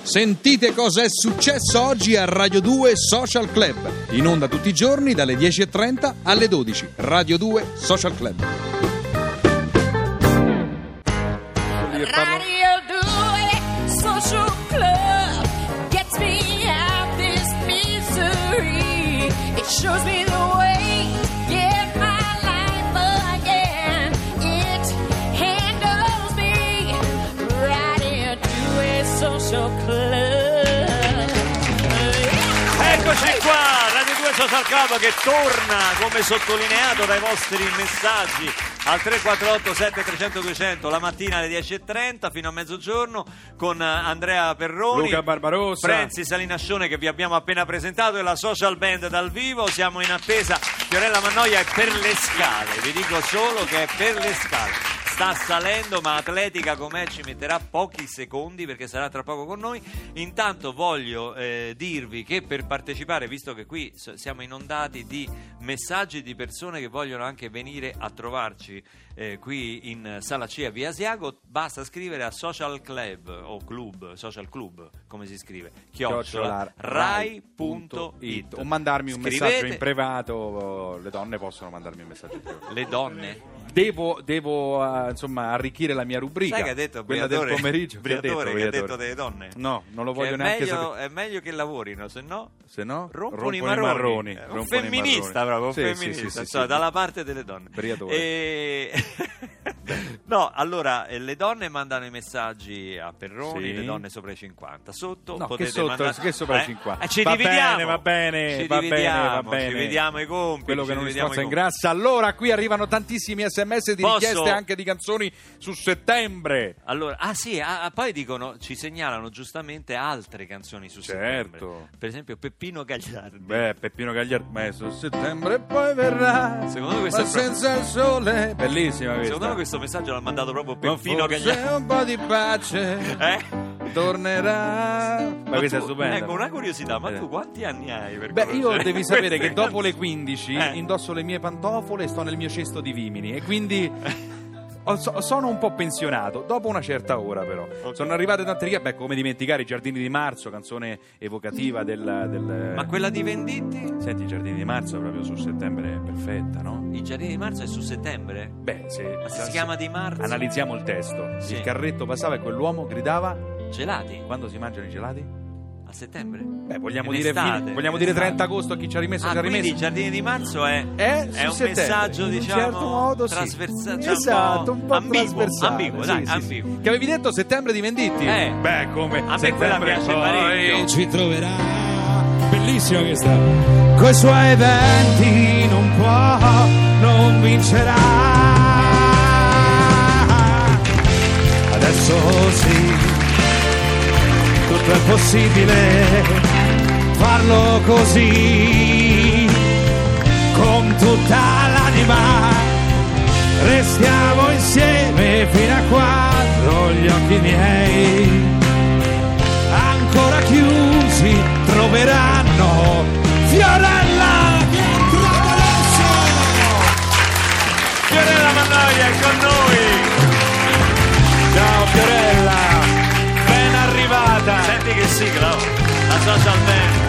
Sentite cosa è successo oggi a Radio 2 Social Club. In onda tutti i giorni dalle 10:30 alle 12. Radio 2 Social Club. Radio 2 Social Club gets me out this misery. It shows me the way to get my life again. It handles me. Radio 2 Social Club. Eccoci qua, Radio 2 Social Club che torna, come sottolineato dai vostri messaggi, al 348 7300 200 la mattina alle 10:30 fino a mezzogiorno con Andrea Perroni, Luca Barbarossa, Franzi Salinascione che vi abbiamo appena presentato e la social band dal vivo. Siamo in attesa. Fiorella Mannoia è per le scale, vi dico solo che è per le scale, sta salendo, ma atletica com'è ci metterà pochi secondi perché sarà tra poco con noi. Intanto voglio dirvi che per partecipare, visto che qui siamo inondati di messaggi di persone che vogliono anche venire a trovarci qui in Sala C a Via Asiago, basta scrivere a Social Club o Club, Social Club, come si scrive? @rai.it o mandarmi un Scrivete. messaggio in privato. Le donne possono mandarmi un messaggio in privato. Le donne? Devo insomma arricchire la mia rubrica. Sai che ha detto quella del Briatore? pomeriggio. Briatore, che ha detto delle donne? No, non lo Che voglio è neanche meglio, sapere. è meglio che lavorino, se no Rompono i marroni. Un rompono i femminista marroni. proprio, un Sì, femminista, sì, insomma, sì. dalla parte delle donne. Briatore. No, allora le donne mandano i messaggi a Perroni, Sì. le donne sopra i 50. Sotto No, potete che sotto, mandare... che sopra i 50. Ci Va dividiamo. bene, va bene, Ci va dividiamo, bene. ci vediamo i compiti. Quello che ci non mi dividiamo spazza i in compiti. grassa. Allora, qui arrivano tantissimi SMS di Posso? richieste anche di canzoni su settembre. Allora, poi dicono, ci segnalano giustamente altre canzoni su settembre. Certo. Per esempio Peppino Gagliardi. Beh, Peppino Gagliardi, ma è su settembre poi verrà. Secondo me questo ma è proprio- senza il sole. Bellissima questa. Secondo me questo messaggio l'ha mandato proprio Ma Peppino forse Gagliardi. un po' di pace tornerà. Ma questa è tu- stupenda. Ecco, una curiosità, ma tu quanti anni hai? Per Beh, io conoscere devi sapere queste che dopo cose? le 15 Eh. indosso le mie pantofole e sto nel mio cesto di vimini e quindi sono un po' pensionato dopo una certa ora, però. Ok. Sono arrivate tante richieste, come dimenticare I Giardini di Marzo, canzone evocativa del... Ma quella di Venditti? Senti, I Giardini di Marzo proprio su settembre è perfetta, no? I Giardini di Marzo è su settembre? Beh, se Si chiama di Marzo? analizziamo il testo. Sì. Il carretto passava e quell'uomo gridava: Gelati? quando si mangiano i gelati? A settembre? Beh, vogliamo In dire, estate, vogliamo in dire estate. 30 agosto a chi ci ha rimesso, ci ha Quindi rimesso. i Giardini di Marzo è Su un settembre, messaggio, in un diciamo, certo modo, sì. trasversale, cioè Esatto, un po' ambiguo, trasversale. ambiguo, Sì, dai, sì, ambiguo. sì. Che avevi detto settembre di Venditti? Beh, come? A me quella settembre piace poi parecchio. Ci troverà. Bellissima questa. coi suoi venti non può, non vincerà. Adesso sì, tutto è possibile farlo così, con tutta l'anima. Restiamo insieme fino a quando gli occhi miei ancora chiusi troveranno Fiorella Fiorella Mannoia è con noi. Ciao Fiorella, ben arrivata. Senti che sigla, oh, la social band.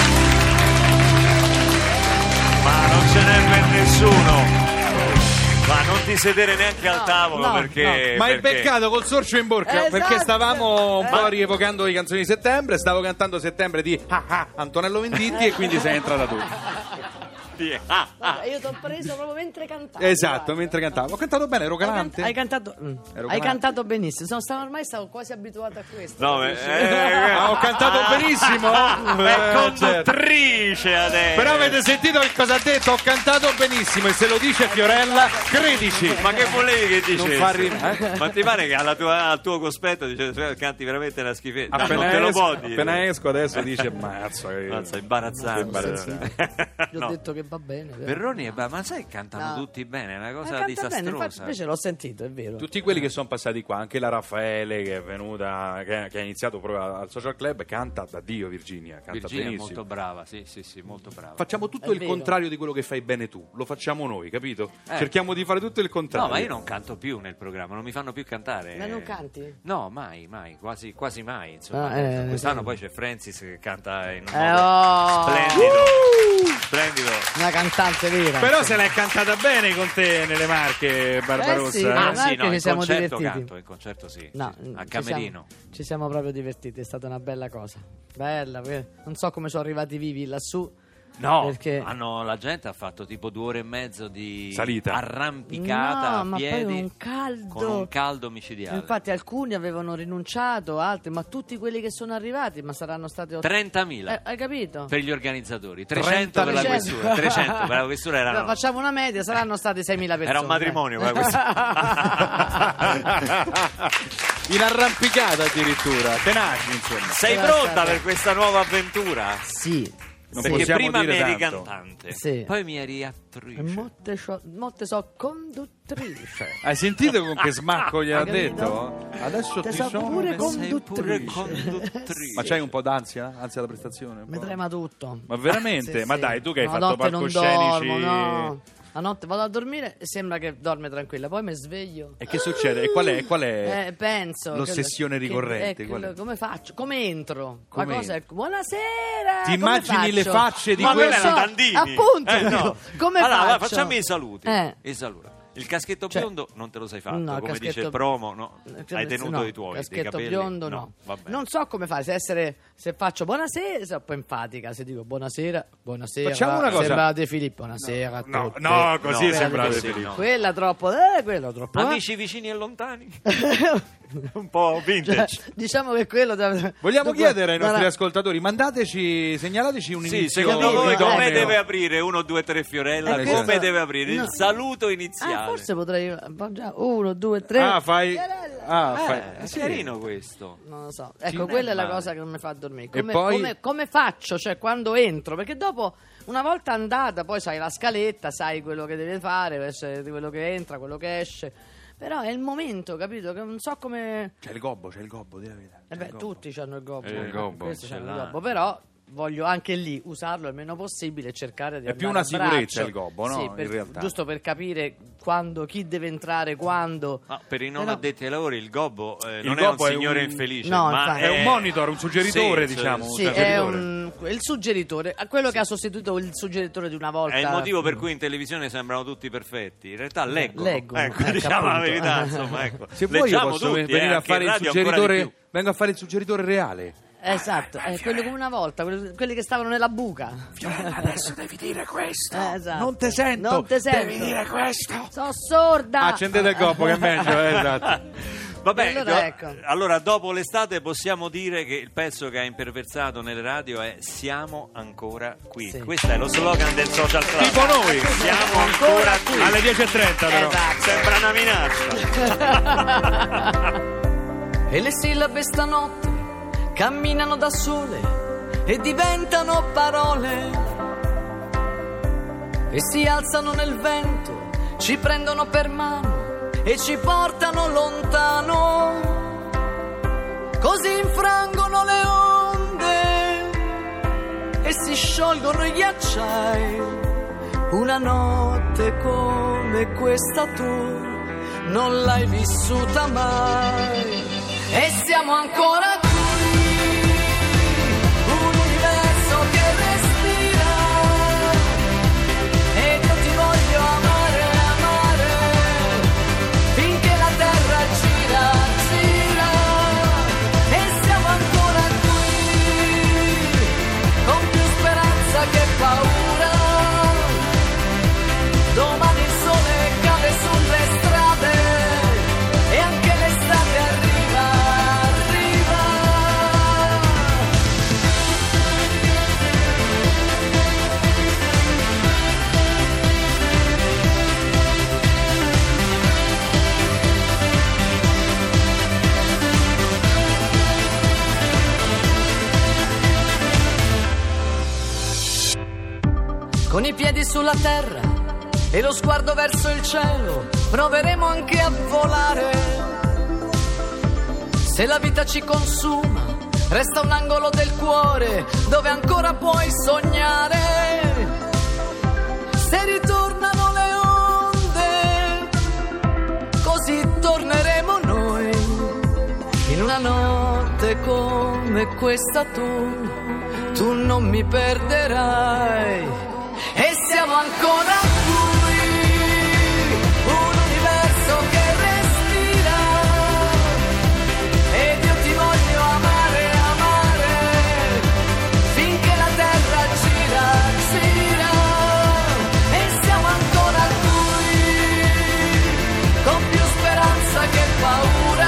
Ma non ce n'è per nessuno. Ma non ti sedere neanche al tavolo no, perché... Ma hai perché- beccato col sorcio in bocca, Esatto. perché stavamo un po' rievocando le canzoni di settembre, stavo cantando settembre di Antonello Venditti e quindi sei entrata tu. Guarda, io ti ho preso proprio mentre cantavi. Esatto, guarda. mentre cantavo. Ho cantato bene, ero galante. Hai cantato, Ero hai galante. cantato benissimo. Ormai stavo quasi abituata a questo. No, capisci? Ho cantato benissimo. È certo. conduttrice adesso. Però avete sentito che cosa ha detto? Ho cantato benissimo e se lo dice Fiorella, credici. Ma che volevi che dicessi? Non fa rimare. Ma ti pare che al tuo cospetto dice canti veramente una schifezza? No, non te lo può dire. appena esco adesso dice mazza. Mazza, imbarazzante. Gli ho No. detto che va bene. Verroni ma sai, cantano No. tutti bene, è una cosa Canta bene, disastrosa. infatti invece l'ho sentito, è vero. Tutti quelli che sono passati qua, anche la Raffaele che è venuta, che ha iniziato proprio al Social Club, canta da Dio. Virginia canta Virginia è benissimo. molto brava, sì, molto brava. Facciamo tutto È il vero. contrario di quello che fai bene tu, lo facciamo noi, capito? Cerchiamo di fare tutto il contrario. No, ma io non canto più nel programma, non mi fanno più cantare. Ma non canti? No, mai, quasi mai. Insomma. Quest'anno sì. poi c'è Francis che canta in un oh! modo splendido. Una cantante vera. Però se l'hai cantata bene con te nelle Marche, Barbarossa. sì, Ah Marche sì, no, ci in siamo concerto divertiti. canto, in concerto sì, No, sì, a ci Camerino. ci siamo proprio divertiti, è stata una bella cosa. Bella, non so come sono arrivati vivi lassù. No, Perché- la gente ha fatto tipo 2 ore e mezzo di Salita. arrampicata No, a ma poi piedi un caldo. con un caldo micidiale. Infatti alcuni avevano rinunciato, altri, ma tutti quelli che sono arrivati, ma saranno stati 30.000 hai capito? per gli organizzatori, 300 per la 300. questura, 300 per la questura erano Facciamo una media, saranno stati 6.000 persone. era un matrimonio quella questura. In arrampicata addirittura, tenaci insomma. Sei Era pronta stata- per questa nuova avventura? Sì. Non Perché possiamo prima mi dire eri tanto. cantante, Sì. poi mi eri E attrice. molte so conduttrice. Hai sentito con che smacco gli ha Hai capito? detto? Adesso Te ti so sono pure messo- Sei pure conduttrice. conduttrice. Ma c'hai un po' d'ansia? Ansia da prestazione? Un Mi po'? trema tutto. Ma veramente? Sì, Ma sì. dai, tu che hai No, fatto notte non palcoscenici. dormo, no. La notte vado a dormire e sembra che dorme tranquilla, poi mi sveglio. E che succede? E qual è? Penso l'ossessione ricorrente, qual è? come faccio? Come entro? Come La cosa è buonasera. Ti come immagini le faccio? facce di Ma quella- quella Non era so, Dandini. appunto, No. dico, come allora, faccio? facciamo i saluti. I saluti. Il caschetto Cioè- biondo non te lo sei fatto, No, come caschetto- dice il promo, no? Hai tenuto no, i tuoi dei caschetto capelli. biondo no. Va bene. Non so come fare, se faccio buonasera, sono un po' enfatica, se dico buonasera, Facciamo una cosa. sembra De Filippo, buonasera a No, tutti. no, così No, sembra così, De Filippo. no. Quella troppo, Amici vicini e lontani. Un po' vintage. Cioè, diciamo che quello Vogliamo chiedere ai nostri Guarda, ascoltatori, segnalateci un Sì, inizio secondo voi idoneo. come deve aprire 1, 2, 3 Fiorella? Eh, Come questo- deve aprire no. il saluto iniziale? forse potrei già 1, 2, 3. fai... È carino questo. Non lo so. Ecco, quella è la male. cosa che non mi fa dormire. E Come, poi- come faccio? Cioè, quando entro? Perché dopo, una volta andata, poi sai la scaletta, sai quello che deve fare, quello che entra, quello che esce. Però è il momento, capito? Che non so come. C'è il gobbo, di la verità. Eh beh, tutti hanno il gobbo. Il gobbo, Questi ce c'hanno l'ha. il gobbo. Però voglio anche lì usarlo il meno possibile e cercare di È più andare una a braccio. sicurezza il gobbo, no? Sì, In realtà. giusto per capire quando, chi deve entrare, quando. Ma per i non Però- addetti ai lavori il gobbo non è un gobbo è signore un- infelice, No, ma infatti. È un monitor, un suggeritore, Sì, diciamo. Sì, un è suggeritore. il suggeritore, quello che ha sostituito il suggeritore di una volta. È il motivo per cui in televisione sembrano tutti perfetti. In realtà leggono. Leggono, Ecco, ecco, diciamo la appunto. verità, insomma, ecco. Se vuoi io Leggiamo posso tutti, venire a anche fare in il radio ancora di suggeritore. più. Vengo a fare il suggeritore reale. Esatto, è quello come una volta, quelli che stavano nella buca. Adesso devi dire questo. Esatto. Non te sento. Non te sento. Devi dire questo. Sono sorda. Accendete il gobbo che è meglio, esatto. Vabbè, Allora, ecco. allora dopo l'estate possiamo dire che il pezzo che ha imperversato nelle radio è Siamo ancora qui. Sì. Questo è lo slogan del Social Club. Tipo noi. Siamo ancora qui. Alle 10:30 però. Esatto. Sembra una minaccia. E le sillabe stanotte camminano da sole e diventano parole e si alzano nel vento, ci prendono per mano e ci portano lontano, così infrangono le onde e si sciolgono i ghiacciai. Una notte come questa tu non l'hai vissuta mai. E siamo ancora qui, un universo che respira, ed io ti voglio amare, amare, finché la terra gira, gira. E siamo ancora qui, con più speranza che paura. Domani il sole cade sulle strade e anche l'estate arriva, arriva. con i piedi sulla terra e lo sguardo verso il cielo, proveremo anche a volare. Se la vita ci consuma, resta un angolo del cuore dove ancora puoi sognare. Se ritornano le onde, così torneremo noi. In una notte come questa tu non mi perderai. E siamo ancora qui, un universo che respira, ed io ti voglio amare, amare, finché la terra gira, gira. E siamo ancora qui, con più speranza che paura.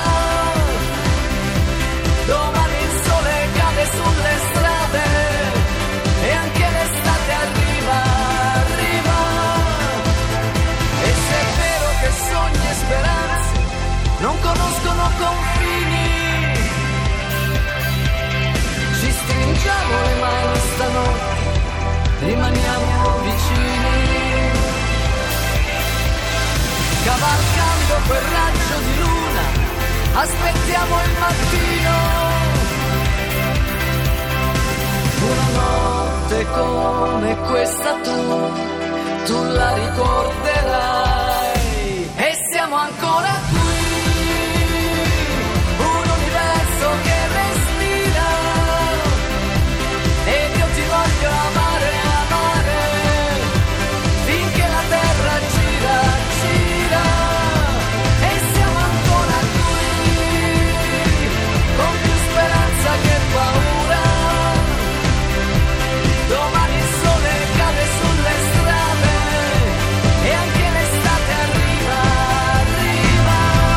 Domani il sole cade sulle strade e anche l'estate arriva, arriva. E se è vero che sogni e speranze non conoscono confini, ci stringiamo le mani stanotte, rimaniamo vicini. Cavalcando quel raggio di luna, aspettiamo il mattino. Una notte come questa tu la ricorderai. E siamo ancora qui, un universo che respira, ed io ti voglio amare, amare, finché la terra gira, gira. E siamo ancora qui, con più speranza che paura. Domani il sole cade sulle strade e anche l'estate arriva, arriva.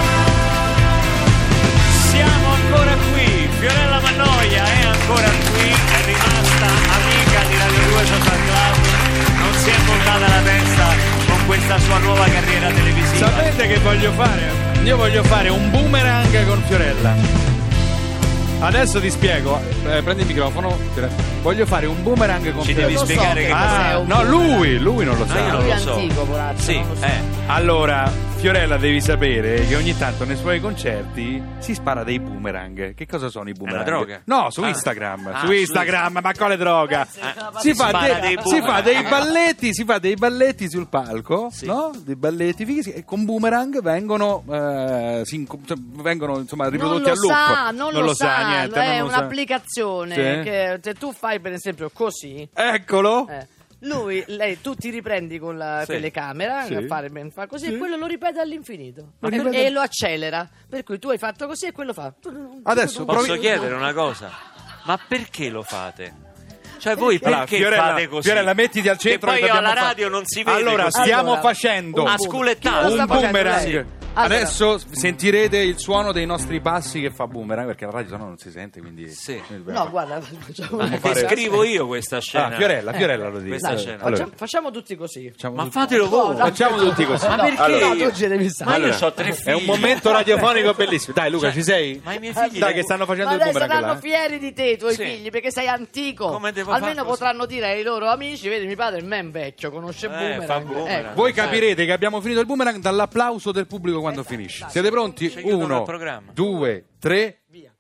Siamo ancora qui, Fiorella Mannoia è ancora qui, è rimasta amica di Radio 2 Social Club, non si è montata la testa con questa sua nuova carriera televisiva. Sapete che voglio fare? Io voglio fare un boomerang con Fiorella. Adesso ti spiego, prendi il microfono. Voglio fare un boomerang con Ci Fiorella. devi spiegare che cos'è Ah, un no, lui non lo sa. io non Lui lo è so. antico, poraccio, Sì, non lo so. Allora, Fiorella, devi sapere che ogni tanto nei suoi concerti si spara dei boomerang. Che cosa sono i boomerang? È una droga? No, su Ah. Instagram. Ah, su su Instagram, ma quale droga? Si fa, spara dei boomerang. si fa dei balletti sul palco, Sì. no? Dei balletti fighi, e con boomerang vengono insomma riprodotti a loop. Non lo sa, niente, è non lo sa. un'applicazione Sì. che se tu fai per esempio così, Eccolo. tu ti riprendi con la Sì. telecamera Sì. fa così Sì. e quello lo ripete all'infinito Lo ripete- e lo accelera, per cui tu hai fatto così e quello fa. Adesso Posso chiedere una cosa? Ma perché lo fate? Cioè voi Allora, perché Fiorella, fate così? Fiorella, mettiti al centro. Che poi che dobbiamo alla fa- radio non si vede Allora, così. stiamo Allora, facendo a Chi lo sculettato. sta un facendo boomerang. lei? Allora. Adesso sentirete il suono dei nostri passi che fa boomerang, perché la radio sennò non si sente, quindi Sì. No, guarda, facciamo Ma una che cosa. scrivo io questa scena? Fiorella lo dice. Questa Dai, scena. Allora, facciamo tutti così. facciamo Ma tutti- fatelo voi. No, facciamo tutti così. Ma perché? Allora, No, tu ci devi stare. Ma allora, io ho 3 figli. è un momento radiofonico bellissimo. Dai Luca, ci sei? Ma i miei figli Dai che stanno facendo Ma il dai, boomerang saranno là. fieri di te i tuoi Sì. figli perché sei antico. Come devo Almeno far così? potranno dire ai loro amici: vedi, mio padre è vecchio, conosce boomerang. fa boomerang. Ecco. Voi capirete che abbiamo finito il boomerang dall'applauso del pubblico quando finisce. Siete pronti? Ci chiudono il 1, programma. 2, 3.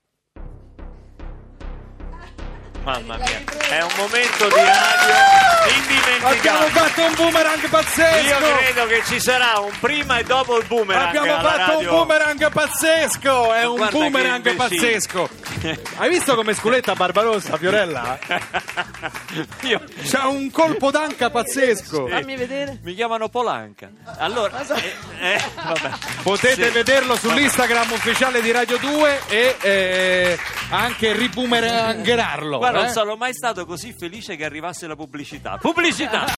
Mamma mia, è un momento di radio Abbiamo indimenticabile. fatto un boomerang pazzesco! Io credo che ci sarà un prima e dopo il boomerang. Abbiamo alla fatto radio. un boomerang pazzesco! È un Guarda boomerang che imbecille. pazzesco! Hai visto come sculetta Barbarossa, Fiorella? Io- C'ha un colpo d'anca pazzesco! Fammi vedere. Mi chiamano Polanca. Allora, vabbè. Potete Sì. vederlo sull'Instagram ufficiale di Radio 2 e anche riboomerangherarlo. Guarda, non sono mai stato così felice che arrivasse la pubblicità. Pubblicità!